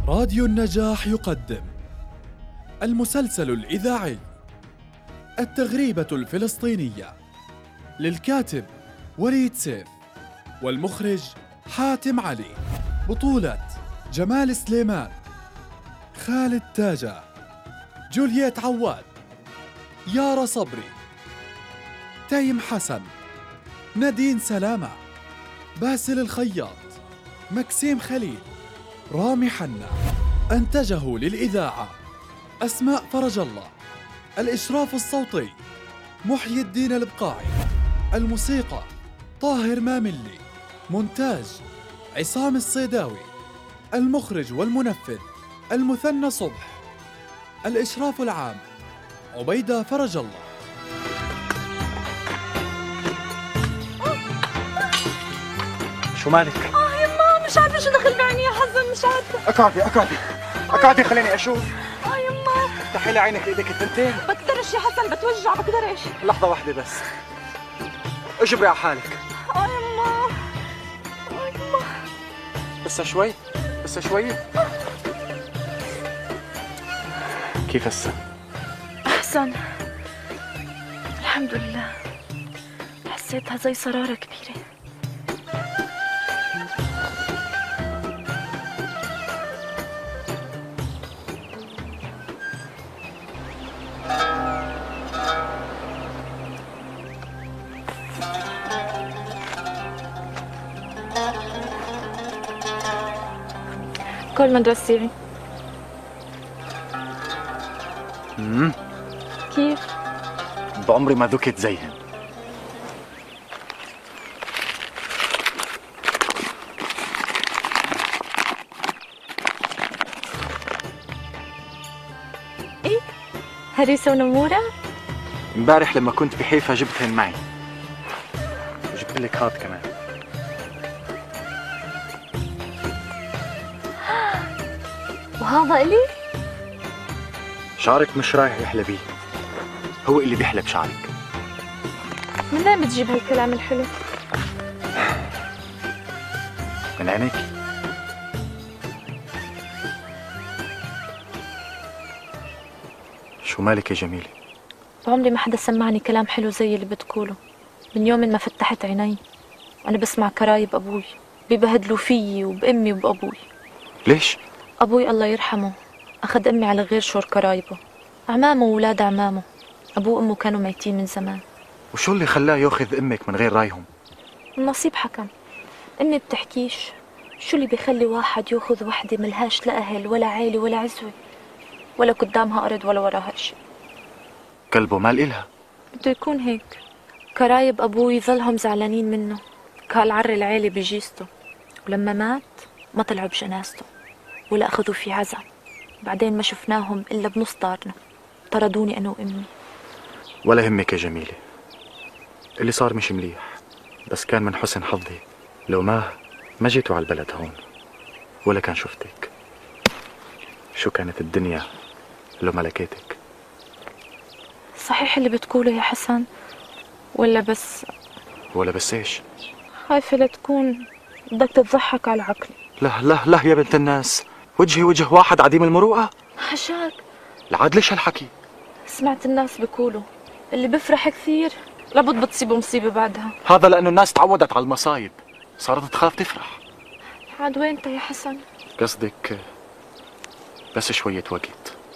راديو النجاح يقدم المسلسل الإذاعي التغريبة الفلسطينية للكاتب وليد سيف والمخرج حاتم علي. بطولة جمال سليمان، خالد تاجة، جولييت عواد، يارا صبري، تيم حسن، نادين سلامة، باسل الخياط، مكسيم خليل، رامي حنا. أنتجه للإذاعة أسماء فرج الله. الإشراف الصوتي محي الدين البقاعي. الموسيقى طاهر ماملي. مونتاج عصام الصيداوي. المخرج والمنفذ المثنى صبح. الإشراف العام عبيدة فرج الله. شو مالك؟ يما مش عارفة شو دخل بعيني يا حزن، مش عارفة. اقعدي خليني اشوف. يما افتحي لي عينك ايدك التنتين. بقدرش يا حسن، بتوجع بقدرش. لحظة واحدة بس، اجبري على حالك. يما بس شوي. كيف هسه؟ أحسن الحمد لله. حسيتها زي صرارة كبيرة. كل مدرسة كيف؟ بعمري ما ذقت زيهن. ايه؟ هريسة ونمورة؟ امبارح لما كنت بحيفا جبتهن معي، وجبت لك هاد كمان. وهذا إلي؟ شعرك مش رايح يحلبيه، هو اللي بيحلب شعرك. من وين بتجيب هالكلام الحلو؟ من عينيك. شو مالك يا جميلة؟ بعمري ما حدا سمعني كلام حلو زي اللي بتقوله. من يوم ما فتحت عيني وأنا بسمع كرايب أبوي بيبهدلوا فيي وبأمي وبأبوي. ليش؟ أبوي الله يرحمه أخذ أمي على غير شور كرايبه، أعمامه وولاد أعمامه. أبوه وأمه كانوا ميتين من زمان. وشو اللي خلاه ياخذ أمك من غير رايهم؟ النصيب حكم. أمي بتحكيش. شو اللي بيخلي واحد ياخذ وحدة ملهاش لا أهل ولا عيلة ولا عزوة ولا قدامها أرض ولا وراها شيء؟ قلبه مال إلها. بده يكون هيك. كرايب أبوي ظلهم زعلانين منه، كال عر العيلة بجيزته، ولما مات ما طلعوا بجنازته ولا أخذوا في عزا. بعدين ما شفناهم إلا بنص دارنا، طردوني أنا وأمي. ولا يهمك يا جميلة، اللي صار مش مليح، بس كان من حسن حظي. لو ما جيتوا على البلد هون ولا كان شفتك. شو كانت الدنيا لو ملكتك. صحيح اللي بتقوله يا حسن، ولا بس ايش؟ خايفة لا تكون بدك تضحك على عقلي. لا يا بنت الناس، وجهي وجه واحد عديم المروءة. حشاك. العاد ليش هالحكي؟ سمعت الناس بيقولوا اللي بفرح كثير لابد بتصيبه مصيبة بعدها. هذا لأنه الناس تعودت على المصايب، صارت تخاف تفرح. عاد وين انت يا حسن؟ قصدك بس شوية وقت.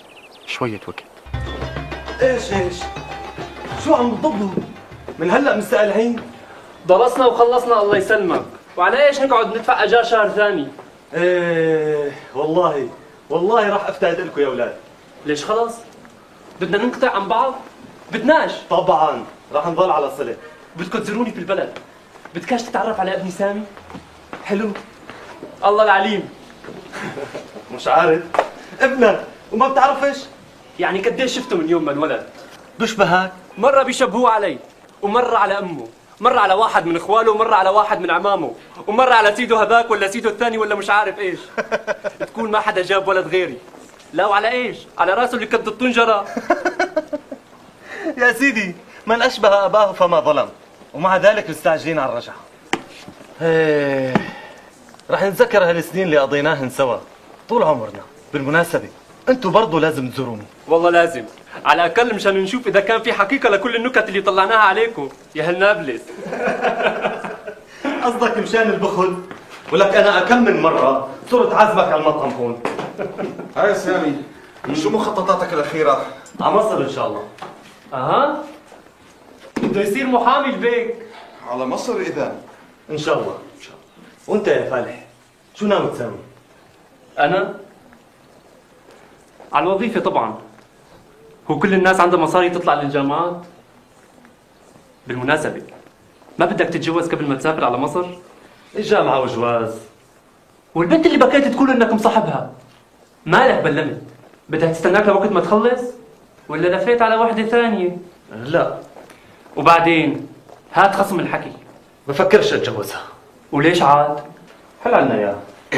ايش شو عم تضبوا؟ من هلا مستقلعين؟ درسنا وخلصنا الله يسلمك، وعلى ايش نقعد ندفع اجار شهر ثاني؟ ايه والله راح افتقد لكم يا اولاد. ليش خلص؟ بدنا ننقطع عن بعض؟ بدناش. طبعا راح نضل على صلة. بدكم تزوروني في البلد، بدكاش تتعرف على ابني سامي؟ حلو الله العليم. مش عارف ابنك وما بتعرفش؟ يعني قديش شفته من يوم ما انولد؟ بشبهك؟ مرة بيشبهوه علي، ومرة على أمه، مرة على واحد من إخواله، ومرة على واحد من عمامه، ومرة على سيده هذاك ولا سيده الثاني ولا مش عارف إيش. تكون ما حدا جاب ولد غيري. لا وعلى إيش؟ على راسه اللي كد الطنجرة. يا سيدي من أشبه أباه فما ظلم، ومع ذلك مستعجلين على الرجعة. رح نتذكر هالسنين اللي قضيناهن سوا. طول عمرنا. بالمناسبة انتوا برضو لازم تزوروني. والله لازم، على الاقل مشان نشوف اذا كان في حقيقه لكل النكت اللي طلعناها عليكم يا هالنابلس. قصدك مشان البخل؟ ولك انا كم من مرة صرت عازمك على المطعم هون. هاي سامي، شو مخططاتك الأخيرة؟ على مصر ان شاء الله. اها بده يصير محامي البيك. على مصر إذا. ان شاء الله ان شاء الله. وانت يا فالح شو ناوي تسوي؟ انا على الوظيفه طبعا. هو كل الناس عندها مصاري تطلع للجامعات؟ بالمناسبه ما بدك تتجوز قبل ما تسافر على مصر؟ الجامعة وجواز. والبنت اللي بكيت تقول انك مصاحبها مالك بلمت؟ بدها تستناك لوقت ما تخلص؟ ولا لفيت على واحدة ثانية؟ لا وبعدين هات خصم الحكي. بفكرش اتجوزها. وليش عاد؟ حل عنا اياها.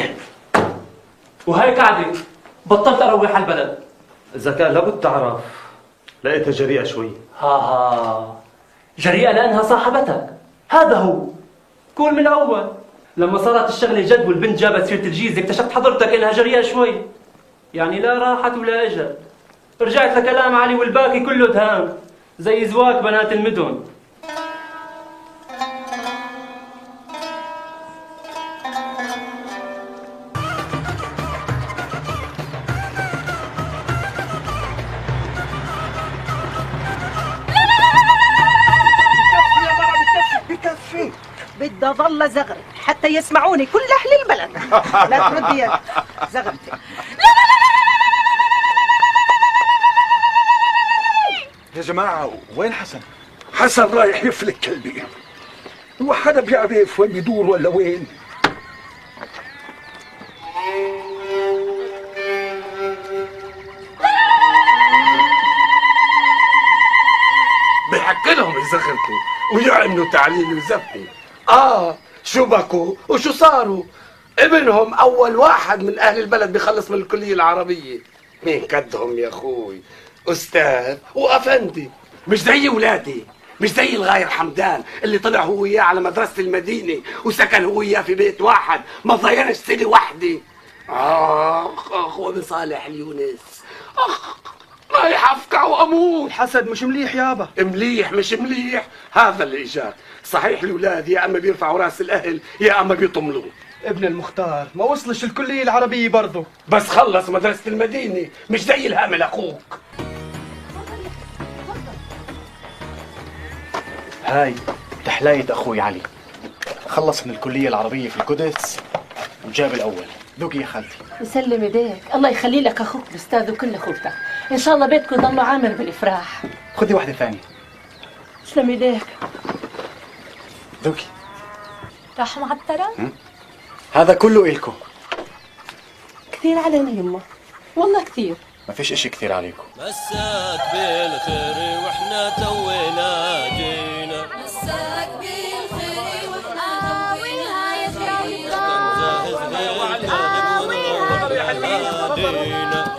وهي قاعدة بطلت اروح على البلد. اذا كان لابد تعرف لقيتها جريئة شوي. ها جريئة لأنها صاحبتك. هذا هو. قول من الأول. لما صارت الشغلة جد والبنت جابت سيرة الجيزة اكتشفت حضرتك إنها جريئة شوي. يعني لا راحت ولا إجت. رجعت لكلام علي والباقي كله دهان زي زواج بنات المدن. بكفي بدي اضل زغرت حتى يسمعوني كل اهل البلد. لا تردي يا زغرتي. يا جماعة وين حسن؟ حسن رايح يفلك كلبي. هو حدا بيعرف وين بيدور ولا وين؟ بحكي لهم يزغرتوا ويعملوا تعليل وزفي. شو بكوا وشو صاروا؟ ابنهم اول واحد من اهل البلد بيخلص من الكلية العربية. مين كدهم يا اخوي؟ استاذ وافندي. مش زي ولادي، مش زي الغاير حمدان اللي طلع هو وياه على مدرسة المدينة وسكن هو وياه في بيت واحد ما ضيعش سنة وحدة. اخ وابن صالح اليونس رايح افقع واموت. حسن مش مليح يابا. مليح مش مليح هذا اللي اجاك. صحيح الاولاد يا اما بيرفعوا راس الاهل يا اما بيطملوه. ابن المختار ما وصلش الكلية العربية برضه. بس خلص مدرسة المدينة مش زي الهامل اخوك. هاي تحلاية أخوي علي، خلص من الكلية العربية في القدس وجاب الأول. ذوقي يا خالتي. يسلم ايديك، الله يخلي لك اخوك الاستاذ وكل اخوتك، ان شاء الله بيتكم يضلوا عامر بالافراح. خذي واحدة ثانية. تسلم ايديك. ذوقي. راح معطرة؟ هذا كله إلكم. كثير علينا يمه، والله كثير. ما فيش إشي كثير عليكم. مساك بالخير واحنا تونا جينا. مساك بالخير واحنا تونا جينا.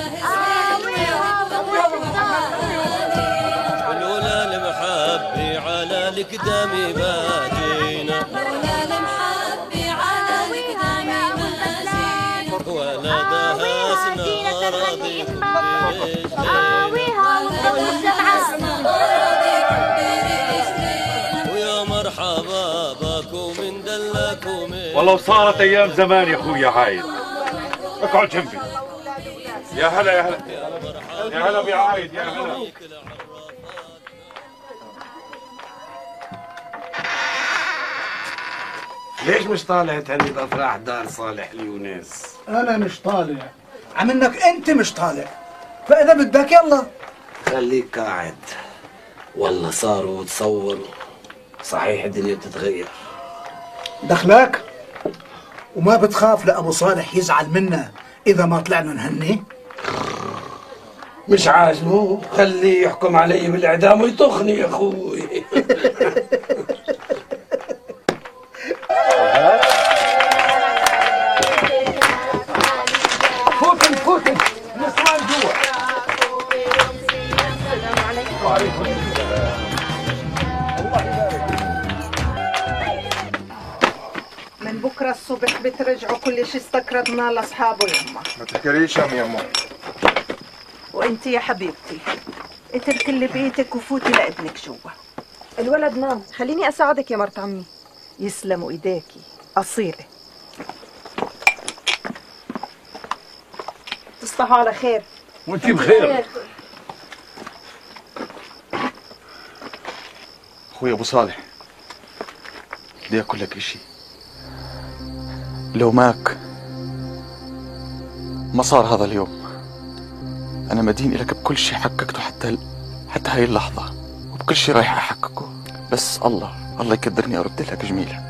لولا المحبة على القدام ما جينا. لولا المحبة على القدام ما جينا. ولا دهسنا راضي ويا مرحبا باكو من دلكو من. والله صارت ايام زمان يا اخويا عايد. اقعد جنبي. يا هلا يا هلا يا هلا يا عايد يا هلا. ليش مش طالع تهني بافراح دار صالح اليونس؟ انا مش طالع، عم انك انت مش طالع، فاذا بدك يلا خليك قاعد. والله صاروا تصوروا. صحيح الدنيا بتتغير. دخلك وما بتخاف لابو صالح يزعل منا اذا ما طلعنا نهني؟ مش عاجبه خليه يحكم علي بالاعدام ويطخني يا اخوي. فوتن النسوان جوا. وعليكم السلام. الله يبارك. من بكره الصبح بترجعوا كل تقوليش استكرتنا لاصحابه يما. ما تحكيليش يا يما. وانت يا حبيبتي اتركي اللي بيتك وفوتي لابنك جوا. الولد نام، خليني اساعدك يا مرت عمي. يسلموا ايديكي اصيله. تصبحوا على خير. وانتي بخير. اخوي ابو صالح، بدي اقول لك اشي. لو ماك ما صار هذا اليوم، انا مدين لك بكل شيء حققته حتى هاي اللحظة، وبكل شيء رايح احققه. بس الله يقدرني ارد لك جميلك.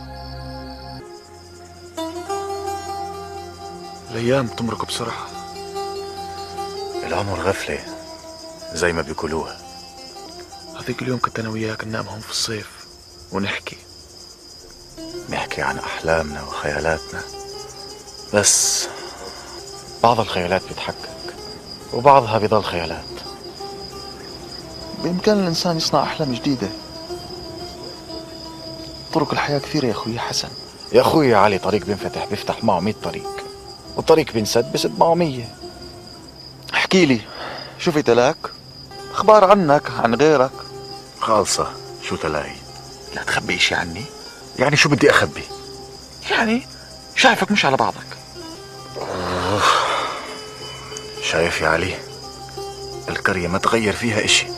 الايام تمرق بسرعة. العمر غفلة زي ما بيقولوها. هذيك اليوم كنت انا وياك ننام هون في الصيف ونحكي عن احلامنا وخيالاتنا. بس بعض الخيالات بتتحقق وبعضها بيضل خيالات. بإمكان الإنسان يصنع أحلام جديدة. طرق الحياة كثيرة يا أخوي حسن. يا أخوي علي، طريق بيفتح معه 100 طريق، والطريق بيسد معه 100. احكي لي، شو في تلاك؟ أخبار عنك عن غيرك؟ خالصة. شو تلاقي؟ لا تخبي إشي عني. يعني شو بدي أخبي؟ يعني شايفك مش على بعضك. شايف يا علي، القرية ما تغير فيها إشي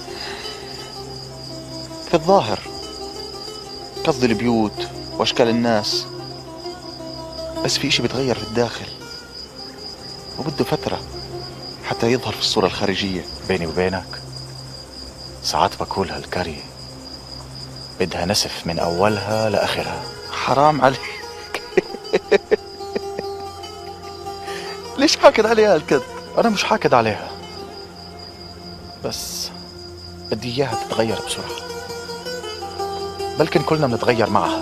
في الظاهر، قصدي البيوت وأشكال الناس، بس في إشي بتغير في الداخل، وبده فترة حتى يظهر في الصورة الخارجية. بيني وبينك ساعات بقول هالقرية بدها نسف من أولها لآخرها. حرام عليك. ليش حاكد عليها هالكذب؟ أنا مش حاكد عليها، بس بدي إياها تتغير بسرعة. بلكن كلنا بنتغير معها.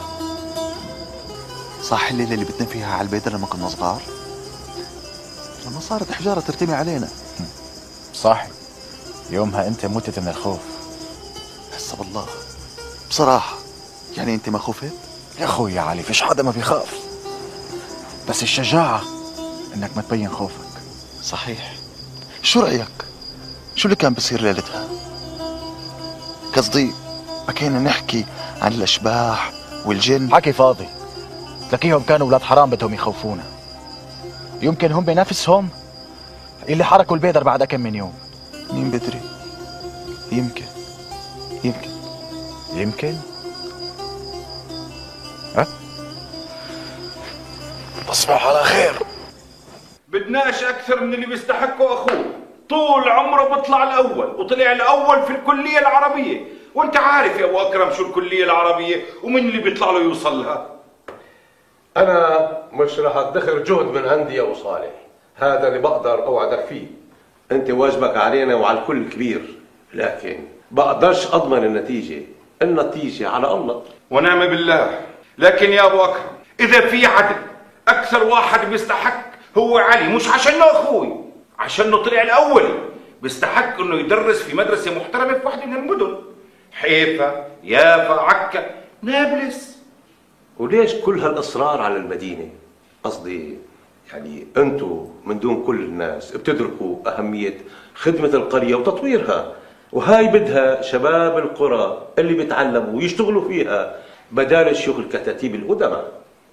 صح الليلة اللي بتنام فيها على البيت لما كنا صغار، لما صارت حجارة ترتمي علينا. صح، يومها أنت متت من الخوف. هسه بالله بصراحة يعني أنت ما خفت؟ يا أخوي يا علي، فيش حدا ما بيخاف، بس الشجاعة إنك ما تبين خوفك. صحيح. شو رأيك؟ شو اللي كان بصير ليلتها؟ قصدي بكينا نحكي عن الأشباح والجن. حكي فاضي، تلاقيهم كانوا ولاد حرام بدهم يخوفونا. يمكن هم بنفسهم اللي حركوا البيدر بعد كم من يوم. مين بدري؟ يمكن ها؟ تصبح على خير. بدناش اكثر من اللي بيستحقه اخوه. طول عمره بيطلع الاول، وطلع الاول في الكليه العربيه، وانت عارف يا ابو اكرم شو الكليه العربيه ومن اللي بيطلع له يوصل لها. انا مش رح ادخر جهد من عندي يا ابو صالح، هذا اللي بقدر اوعدك فيه. انت واجبك علينا وعلى الكل كبير، لكن بقدرش اضمن النتيجه على الله. ونعم بالله. لكن يا ابو اكرم، اذا في عدل، اكثر واحد بيستحق هو علي، مش عشانه اخوي، عشانه طلع الاول. بيستحق انه يدرس في مدرسه محترمه في واحده من المدن، حيفا، يافا، عكا، نابلس. وليش كل هالاصرار على المدينه؟ قصدي يعني انتم من دون كل الناس بتدركوا اهميه خدمه القريه وتطويرها، وهاي بدها شباب القرى اللي بيتعلموا ويشتغلوا فيها بدال الشغل كتاتيب القدماء.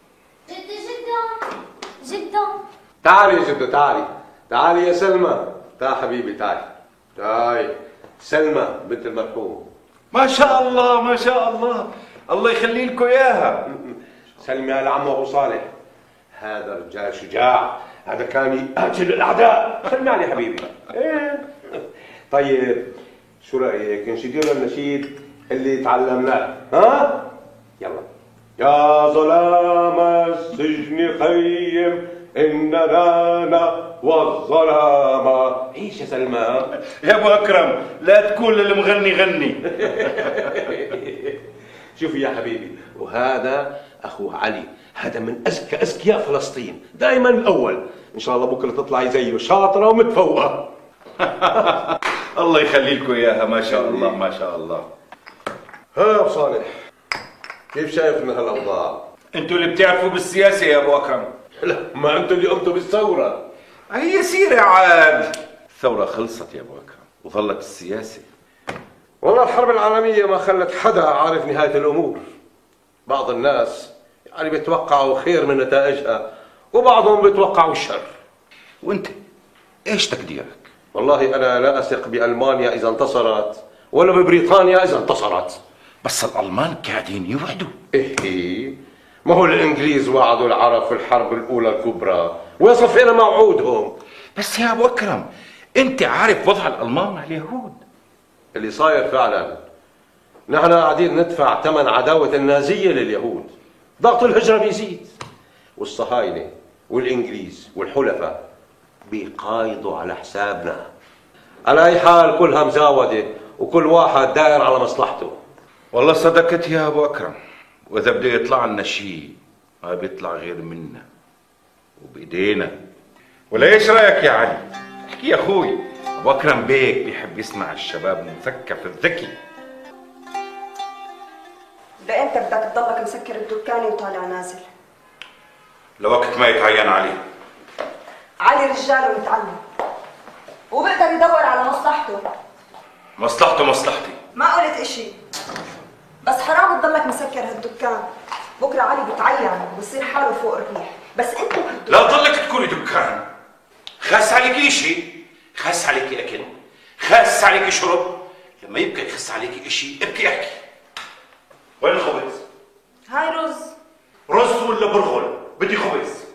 جدو تعالي يا جدو، تعالي يا سلمى. تعال حبيبي، تعالي سلمى بنت المرحوم. ما شاء الله ما شاء الله، الله يخلي لكم اياها. سلمي على عمو ابو صالح، هذا رجال شجاع، هذا كان يقاتل الاعداء. سلمي علي حبيبي. ايه طيب شو رايك نشيد له النشيد اللي تعلمناه؟ ها يلا. يا ظلام السجن خيم إننا والظلام. عيش يا سلمى. يا ابو اكرم لا تكون للمغني غني. شوفي يا حبيبي، وهذا اخوه علي، هذا من اذكى اذكياء فلسطين، دائما الاول. ان شاء الله بكره تطلعي زيه شاطره ومتفوقه. الله يخلي لكم اياها. ما شاء الله ما شاء الله. ها ابو صالح، كيف شايف من هالاوضاع؟ انتوا اللي بتعرفوا بالسياسه يا ابو اكرم، لا ما انتوا اللي قمتوا بالثوره. هي سيرة عاد. الثورة خلصت يا ابو اكرم وظلت السياسة. والله الحرب العالمية ما خلت حدا عارف نهاية الامور. بعض الناس يعني بيتوقعوا خير من نتائجها وبعضهم بيتوقعوا الشر. وانت ايش تقديرك؟ والله انا لا اثق بالمانيا اذا انتصرت ولا ببريطانيا اذا انتصرت. بس الالمان قاعدين يوعدوا. ايه ما هو الانجليز وعدوا العرب في الحرب الاولى الكبرى وصفينا موعودهم. بس يا ابو اكرم انت عارف وضع الالمان مع اليهود اللي صاير فعلا. نحن قاعدين ندفع ثمن عداوة النازية لليهود. ضغط الهجرة بيزيد والصهاينة والانجليز والحلفاء بيقايضوا على حسابنا. على اي حال كلها مزاودة وكل واحد داير على مصلحته. والله صدقت يا ابو اكرم، واذا بده يطلع لنا شيء ما بيطلع غير منا وبايدينا. ولا ايش رايك يا علي؟ احكي يا اخوي. ابو اكرم بيك بيحب يسمع الشباب المثقف الذكي. لامتى بدك تضلك مسكر الدكان وطالع نازل؟ لوقت ما يتعين عليه. علي رجال ومتعلم وبقدر يدور على مصلحته. مصلحته مصلحتي. ما قلت اشي، بس حرام تضلك مسكر هالدكان. بكره علي بتعين وبصير حاله فوق الريح. بس انت لا ضلك تكوني دكان. خاس عليكي شيء، خاس عليكي اكل، خاس عليكي شرب. لما يبقى يخس عليكي اشي ابكي احكي. وين الخبز؟ هاي رز. رز ولا برغل؟ بدي خبز.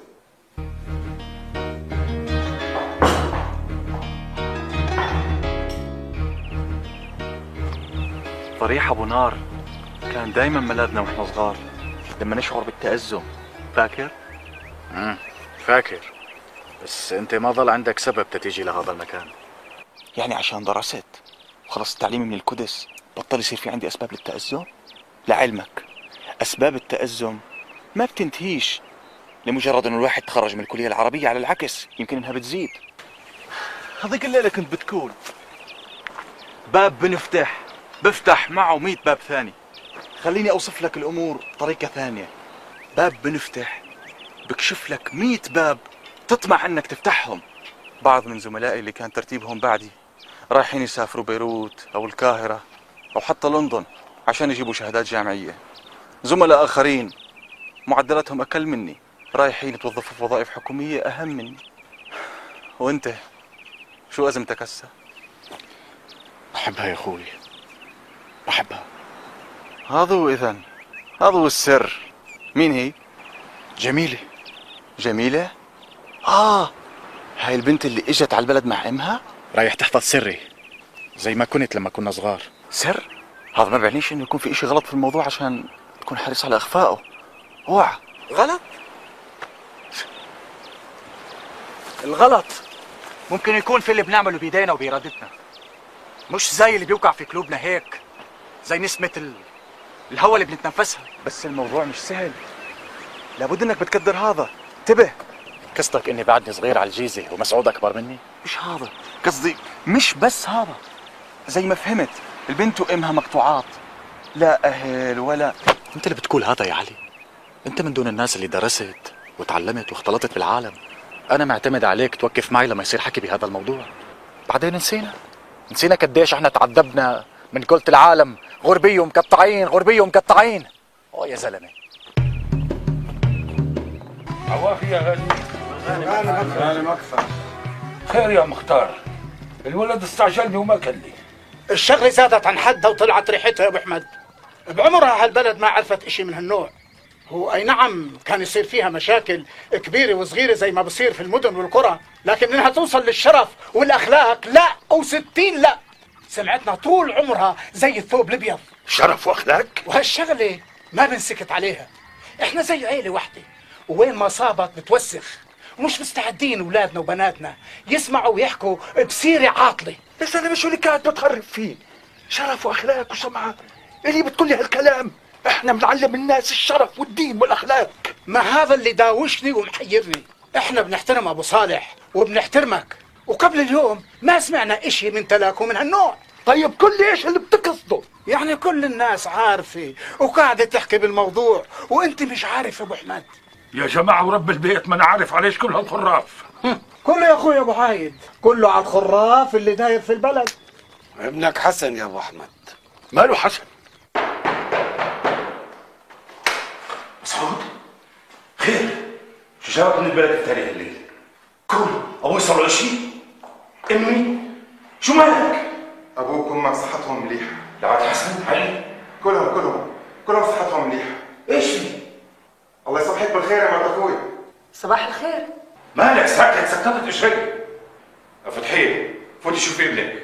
ضريح ابو نار كان دايما ملاذنا واحنا صغار لما نشعر بالتأزم. فاكر؟ فاكر. بس انت ما ضل عندك سبب تتيجي لهذا المكان. يعني عشان درست وخلصت تعليمي من القدس بطل يصير في عندي اسباب للتأزم؟ لعلمك اسباب التأزم ما بتنتهيش لمجرد انه الواحد تخرج من الكلية العربية، على العكس يمكن انها بتزيد. هذيك الليلة كنت بتقول باب بفتح معه 100 باب ثاني. خليني اوصف لك الامور بطريقة ثانية. باب بنفتح بكشف لك 100 باب تطمع انك تفتحهم. بعض من زملائي اللي كان ترتيبهم بعدي رايحين يسافروا بيروت او القاهرة او حتى لندن عشان يجيبوا شهادات جامعية. زملاء اخرين معدلاتهم اقل مني رايحين يتوظفوا في وظائف حكومية اهم مني. وانت شو ازمتك هسه؟ بحبها يا اخوي، بحبها. هذا هو السر. مين هي؟ جميلة. جميلة؟ هاي البنت اللي اجت على البلد مع امها؟ رايح تحفظ سري زي ما كنت لما كنا صغار. سر؟ هذا ما بيعنيش انه يكون في اشي غلط في الموضوع عشان تكون حريص على اخفائه. اوعى. غلط؟ الغلط ممكن يكون في اللي بنعمله بيدينا وبإرادتنا، مش زي اللي بيوقع في قلوبنا هيك زي نسمة الهواء اللي بنتنفسها. بس الموضوع مش سهل، لابد انك بتقدر هذا. انتبه. قصدك اني بعدني صغير على الجيزة ومسعود اكبر مني؟ مش هذا قصدي، مش بس هذا. زي ما فهمت البنت وامها مقطوعات، لا اهل ولا. انت اللي بتقول هذا يا علي؟ انت من دون الناس اللي درست وتعلمت واختلطت بالعالم. انا معتمد عليك توقف معي لما يصير حكي بهذا الموضوع. بعدين نسينا قديش احنا تعذبنا من قولة العالم غربية ومقطعين غربية ومقطعين. يا زلمة. عوافي يا غالي. غانم اكثر. خير يا مختار، الولد استعجلني وما قال لي. الشغلة زادت عن حدها وطلعت ريحتها يا ابو احمد. بعمرها هالبلد ما عرفت اشي من هالنوع. هو اي نعم كان يصير فيها مشاكل كبيرة وصغيرة زي ما بصير في المدن والقرى، لكن انها توصل للشرف والاخلاق لا، او 60 لا. سمعتنا طول عمرها زي الثوب الابيض. شرف واخلاق؟ وهالشغلة ما بنسكت عليها. احنا زي عيلة واحدة، ووين ما صابت بتوسخ، ومش مستعدين اولادنا وبناتنا يسمعوا ويحكوا بسيرة عاطلة. بس انا مش اللي كانت بتخرب فيه. شرف واخلاق وسمعة اللي بتقول لي هالكلام. احنا بنعلم الناس الشرف والدين والاخلاق. ما هذا اللي داوشني ومحيرني. احنا بنحترم ابو صالح وبنحترمك، وقبل اليوم ما سمعنا اشي من تلاكم من هالنوع. طيب كل ايش اللي بتقصده؟ يعني كل الناس عارفة وقاعدة تحكي بالموضوع وانت مش عارف يا ابو احمد. يا جماعة ورب البيت ما أنا عارف عليش كل هالخراف. كله يا أخوي أبو عايد، كله على الخراف اللي داير في البلد. ابنك حسن يا أبو أحمد. ماله حسن؟ مسعود خير، شو جابك من البلد الثاني هالليل؟ أبوي صار له شيء؟ أمي شو مالك؟ أبوكم مع صحتهم مليحة. لعاد حسن علي؟ كلهم صحتهم مليحة. إيش في؟ الله يصبحك بالخير يا مرت أخوي. صباح الخير. مالك ساكت سكتت شوي؟ يا فتحية فوتي شوفي ابنك.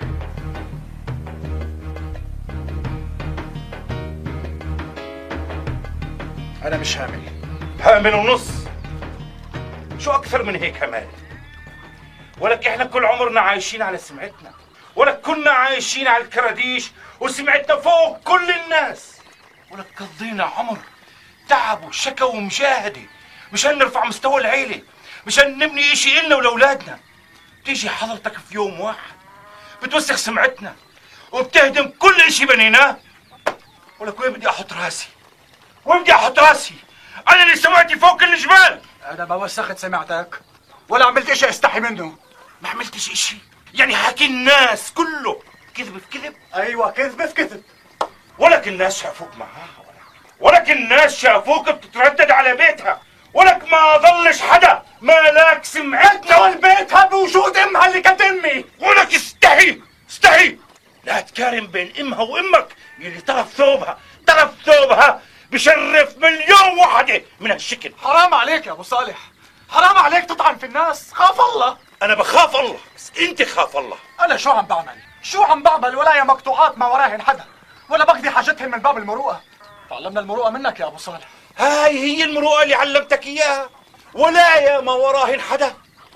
أنا مش هامل. هامل ونص؟ شو أكثر من هيك همان؟ ولك إحنا كل عمرنا عايشين على سمعتنا، ولك كنا عايشين على الكراديش وسمعتنا فوق كل الناس، ولك قضينا عمر تعب وشكا ومجاهدة مشان نرفع مستوى العيلة، مشان نبني إشي إلنا ولأولادنا. تيجي حضرتك في يوم واحد بتوسخ سمعتنا وبتهدم كل إشي بنيناه. ولك وين بدي أحط راسي؟ وين بدي أحط راسي؟ أنا اللي سمعتي فوق كل الجبال. أنا ما وسخت سمعتك ولا عملت إشي أستحي منه. ما عملتش إشي؟ يعني حكي الناس كله كذب في كذب؟ أيوة كذب في كذب. ولك الناس شافوك معاها، ولك الناس شافوك بتتردد على بيتها، ولك ما ظلش حدا مالك سمعتنا والبيتها بوجود امها اللي كانت امي. ولك استحي لا تقارن بين امها وامك. يلي طرف ثوبها بشرف مليون وحده من هالشكل. حرام عليك يا ابو صالح، حرام عليك تطعن في الناس. خاف الله. انا بخاف الله، بس انت خاف الله. انا شو عم بعمل ولاية مقطوعات ما وراهن حدا، ولا بقضي حاجتهن من باب المروءة. تعلمنا المروءة منك يا ابو صالح. هاي هي المروءة اللي علمتك اياها، ولاية ما وراهن حدا.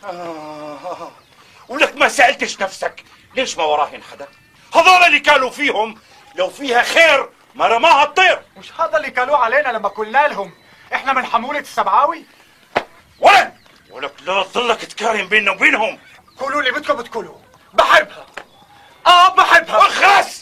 ولك ما سألتش نفسك ليش ما وراهن حدا؟ هذول اللي كانوا فيهم لو فيها خير ما رماها الطير. مش هذا اللي كانوا علينا لما قلنا لهم احنا من حمولة السبعاوي؟ ولك لا تضلك تقارن بيننا وبينهم. قولوا اللي بدكم بتقولوا. بحبها بحبها. خلاص.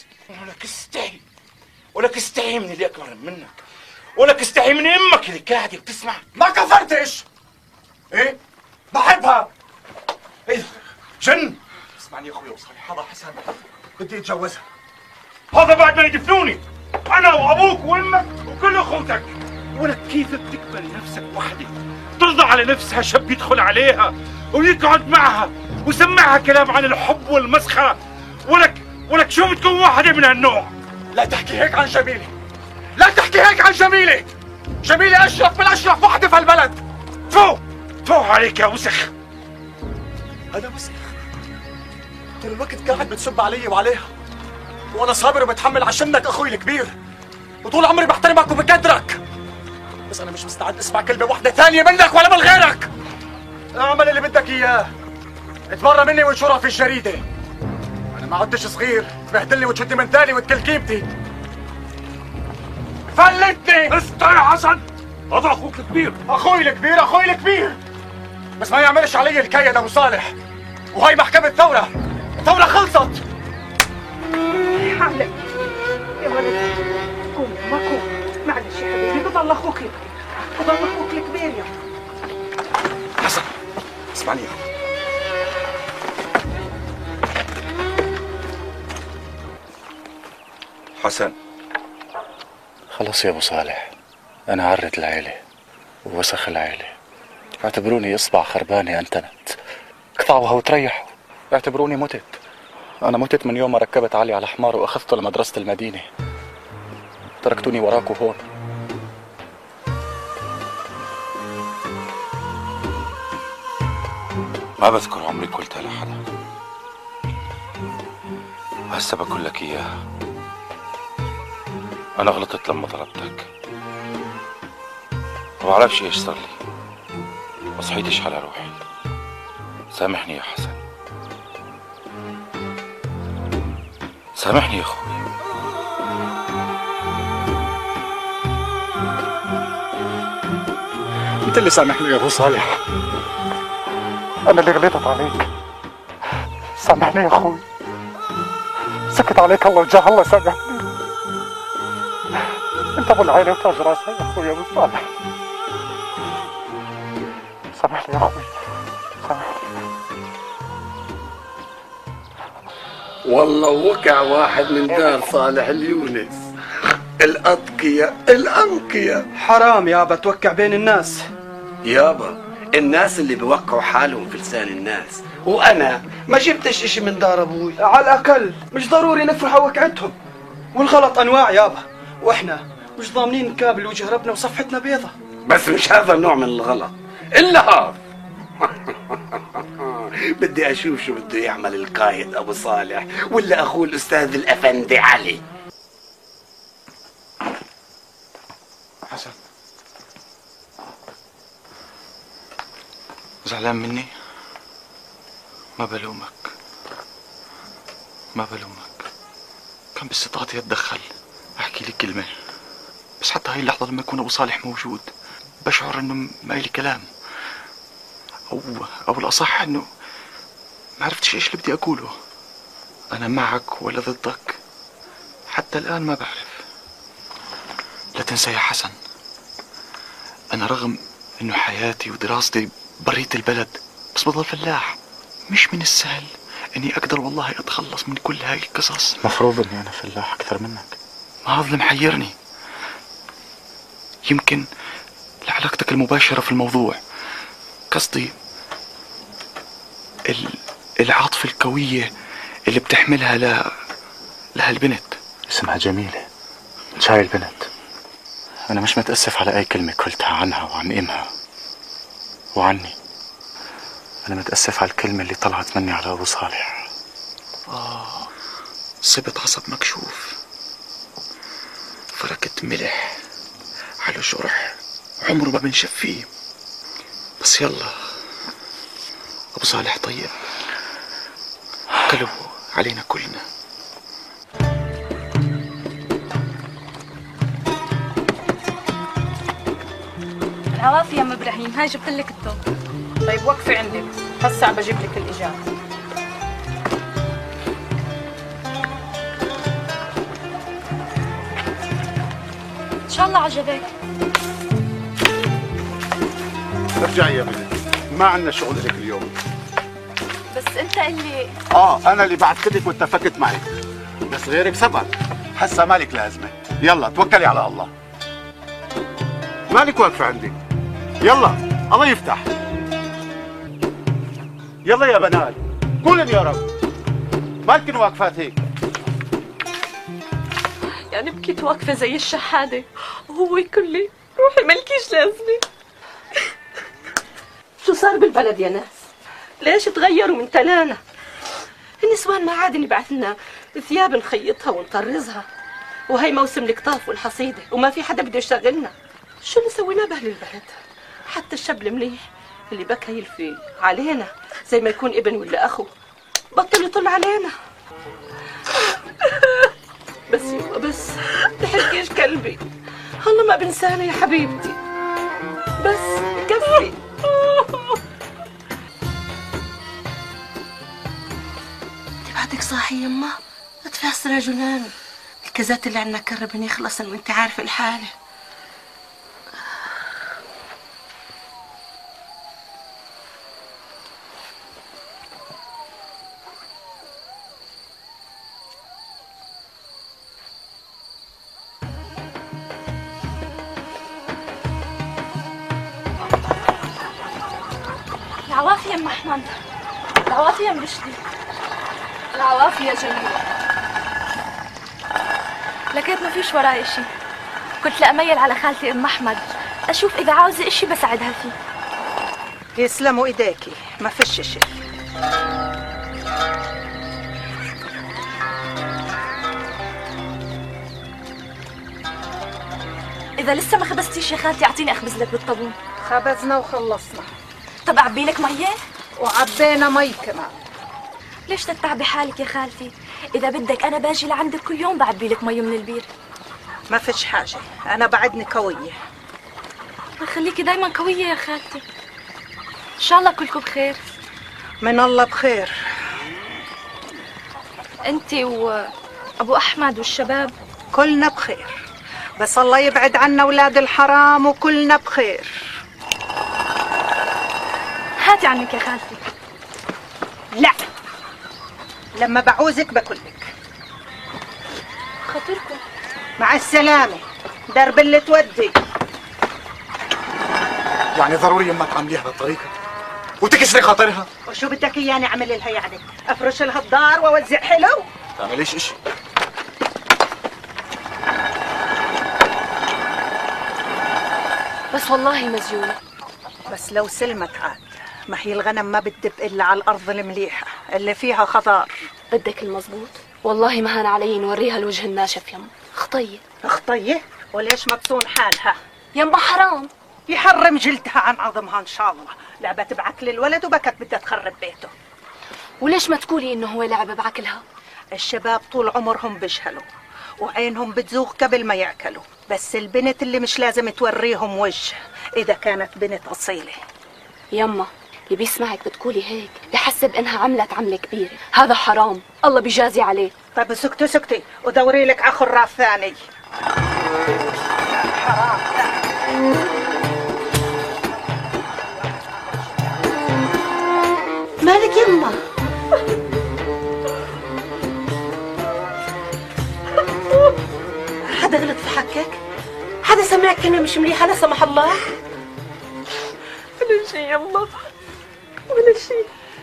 ولك استحي من اللي اكبر منك، ولك استحي من امك اللي قاعده بتسمع. ما كفرتش. ايه بحبها. ايه جن. اسمعني يا اخوي وصالح، هذا حسن بدي اتجوزها. هذا بعد ما يدفنوني انا وابوك وامك وكل اخوتك. ولك كيف بتقبل نفسك وحده ترضى على نفسها شاب يدخل عليها ويقعد معها ويسمعها كلام عن الحب والمسخره؟ ولك شو بتكون واحده من هالنوع؟ لا تحكي هيك عن جميله، لا تحكي هيك عن جميله. جميله اشرف من اشرف وحده في البلد. فوق عليك يا وسخ. انا وسخ؟ طول الوقت قاعد بتسب علي وعليها، وانا صابر وبتحمل عشانك اخوي الكبير، وطول عمري بحترمك وبقدرك. بس انا مش مستعد اسمع كلمه واحده ثانيه منك ولا من غيرك. اعمل اللي بدك اياه، اتبرى مني وانشرها في الجريده. انا ما عدتش صغير تبهدلني وتشدني من ثاني وتكل قيمتي. فلتني. استنى يا حسن، هذا اخوك الكبير. اخوي الكبير بس ما يعملش علي الكيد ابو صالح. وهي محكمة الثورة خلصت. حالك يا ولدي، قوم معلش يا حبيبي، بضل اخوك الكبير يا حسن اسمعني يا اخوي. حسن خلص يا ابو صالح، انا عرت العيلة ووسخ العيلة. اعتبروني اصبع خربانة انتنت، اقطعوها وتريحوا. اعتبروني متت. انا متت من يوم ما ركبت علي على حمار واخذته لمدرسة المدينة. تركتوني وراكوا هون. ما بذكر عمري قلتها لحدا، وهسه بقول لك اياها. انا غلطت لما ضربتك، ما بعرفش ايش صار لي، ما صحيتش على روحي. سامحني يا حسن، سامحني يا اخوي. انت اللي سامحني يا ابو صالح، انا اللي غلطت عليك. سامحني يا اخوي، سكت عليك الله وجاه الله. سامحني، انت ابو العيله وتاج راسي يا اخوي يا ابو صالح. يا أخوي والله وقع واحد من دار صالح اليونس. الأتقياء الأنقياء. حرام يابا توقع بين الناس. يابا الناس اللي بيوقعوا حالهم في لسان الناس، وأنا ما جبتش إشي من دار أبوي. على الأقل مش ضروري نفرح وقعتهم، والغلط أنواع يابا، وإحنا مش ضامنين نقابل وجه ربنا وصفحتنا بيضة. بس مش هذا النوع من الغلط إلا هذا. بدي أشوف شو بده يعمل القائد أبو صالح ولا أخوه الأستاذ الأفندي علي. حسن زعلان مني؟ ما بلومك ما بلومك، كان باستطاعتي أتدخل أحكي لك كلمة، بس حتى هاي اللحظة لما يكون أبو صالح موجود بشعر إنه ما إلي كلام، أو الأصح إنه ما عرفتش إيش اللي بدي أقوله. أنا معك ولا ضدك حتى الآن ما بعرف. لا تنسى يا حسن، أنا رغم إنه حياتي ودراستي بريت البلد بس بضل فلاح. مش من السهل إني أقدر والله أتخلص من كل هاي القصص. مفروض إني أنا فلاح أكثر منك. ما هذا اللي محيرني. يمكن لعلاقتك المباشرة في الموضوع، قصدي العاطفة القوية اللي بتحملها لهالبنت. اسمها جميلة، مش هاي البنت. أنا مش متأسف على أي كلمة قلتها عنها وعن إمها وعني. أنا متأسف على الكلمة اللي طلعت مني على أبو صالح. صبت عصب مكشوف، فركت ملح على جرح عمره ما بنشف فيه. بس يلا، أبو صالح طيب، قلبه علينا كلنا. العوافي يا ام ابراهيم، هاي جبت لك التوب. طيب وقفي عندك، هسه بجيب لك الإجابة. إن شاء الله عجبك. ارجعي يا بنت، ما عندنا شغل لك اليوم. بس أنت اللي أنا اللي بعثت لك واتفقت معك، بس غيرك سبق، حسا مالك لازمة. يلا توكلي على الله. مالك واقفة عندك؟ يلا الله يفتح. يلا يا بنات قولن يا رب، مالكن واقفات هيك؟ يعني بكيت واقفة زي الشحادة وهو يقول لي روحي مالكيش لازمة. شو صار بالبلد يا ناس؟ ليش تغيروا من تلانا؟ النسوان ما عاد يبعث لنا ثياب نخيطها ونطرزها، وهي موسم القطاف والحصيدة وما في حدا بده يشتغلنا. شو اللي سويناه بأهل البلد؟ حتى الشاب المليح اللي بكى يلفي علينا زي ما يكون ابن ولا أخو بطل يطل علينا. بس يبقى بس تحركيش قلبي، الله ما بنسانا يا حبيبتي، بس كفي. بعدك صاحي يما، اتفاس رجلان، الكزات اللي عنا كربن يخلصن وانت عارفه الحاله. العوافي يا ام احمد، العوافي يا ام رشدي، العوافي يا جميلة. لقيت ما فيش وراي اشي، كنت لأميل على خالتي ام احمد اشوف اذا عاوزة اشي بساعدها فيه. يسلموا ايديكي، ما فيش اشي. اذا لسه ما خبزتيش يا خالتي اعطيني اخبز لك بالطابون. خبزنا وخلصنا. طب اعبي لك ميه؟ وعبينا مي كمان. ليش تتعبي حالك يا خالتي؟ اذا بدك انا باجي لعندك كل يوم بعبي لك مي من البير. ما فيش حاجه، انا بعدني قويه. خليكي دايما قويه يا خالتي. ان شاء الله كلكم بخير. من الله بخير. انت وابو احمد والشباب كلنا بخير، بس الله يبعد عنا اولاد الحرام وكلنا بخير. هاتي عنك يا خالتي. لا، لما بعوزك بكلك. خاطركم. مع السلامة، درب اللي تودي. يعني ضروري يمك تعمليها بهالطريقة وتكسري خاطرها؟ وشو بدك اياني اعمل لها يعني؟ افرش لها الدار واوزع حلو؟ تعمليش اشي. بس والله مزيونة. بس لو سلمت عاد، ما هي الغنم ما بتدب الا على الارض المليحة اللي فيها خضار. بدك المزبوط؟ والله ما هان علي نوريها الوجه الناشف يما. خطية. خطية؟ وليش ما تصون حالها؟ يما حرام. يحرم جلدها عن عظمها ان شاء الله. لعبت بعكل الولد وبكت بدها تخرب بيته. وليش ما تقولي انه هو لعب بعكلها؟ الشباب طول عمرهم بيجهلوا وعينهم بتزوغ قبل ما ياكلوا، بس البنت اللي مش لازم توريهم وجه اذا كانت بنت اصيله. يما اللي بيسمعك بتقولي هيك بحسب انها عملت عمله كبيره، هذا حرام، الله بيجازي عليه. طيب سكتي ودوري لك على خراف ثاني. حرام. مالك يما؟ حدا غلط في حكك؟ حدا سمعك كلمة مش مليحة لا سمح الله؟ ولا شيء يما، ولا شيء.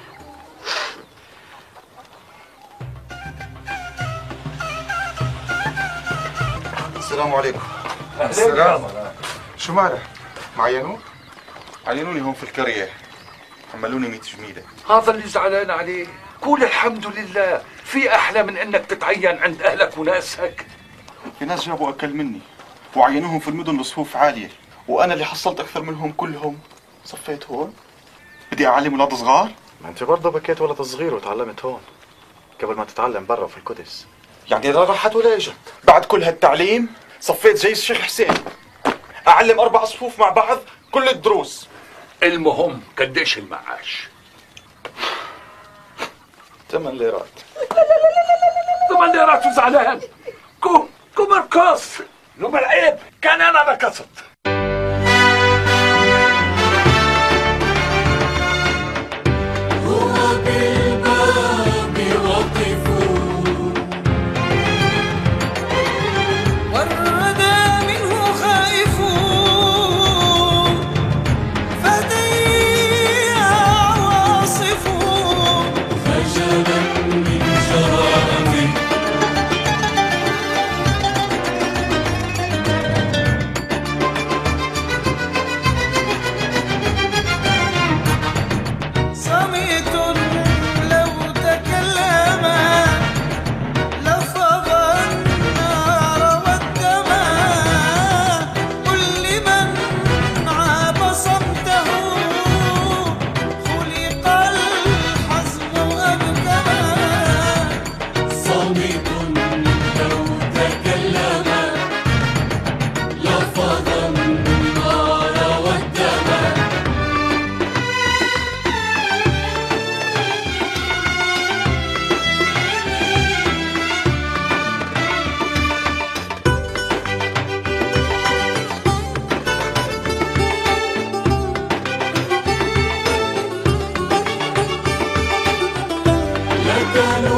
السلام عليكم. السلام. شو مالك؟ معينوك؟ عينوني هون في القرية، حملوني 100 جميلة. هذا اللي زعلان عليه. قول الحمد لله، في أحلى من إنك تتعين عند أهلك وناسك. في ناس جابوا أكل مني وعينوهم في المدن بصفوف عالية، وأنا اللي حصلت أكثر منهم كلهم صفيت هون. بدي أعلم أولاد صغار؟ ما أنت برضه بكيت ولد صغير وتعلمت هون قبل ما تتعلم برا في القدس. يعني لا راحت ولا اجت. بعد كل هالتعليم صفيت زي الشيخ حسين، أعلم 4 صفوف مع بعض كل الدروس. المهم قديش المعاش؟ 8 ليرات. 8 ليرات وزعلان؟ قوم ارقص. لو العيب كان انا رقصت. لك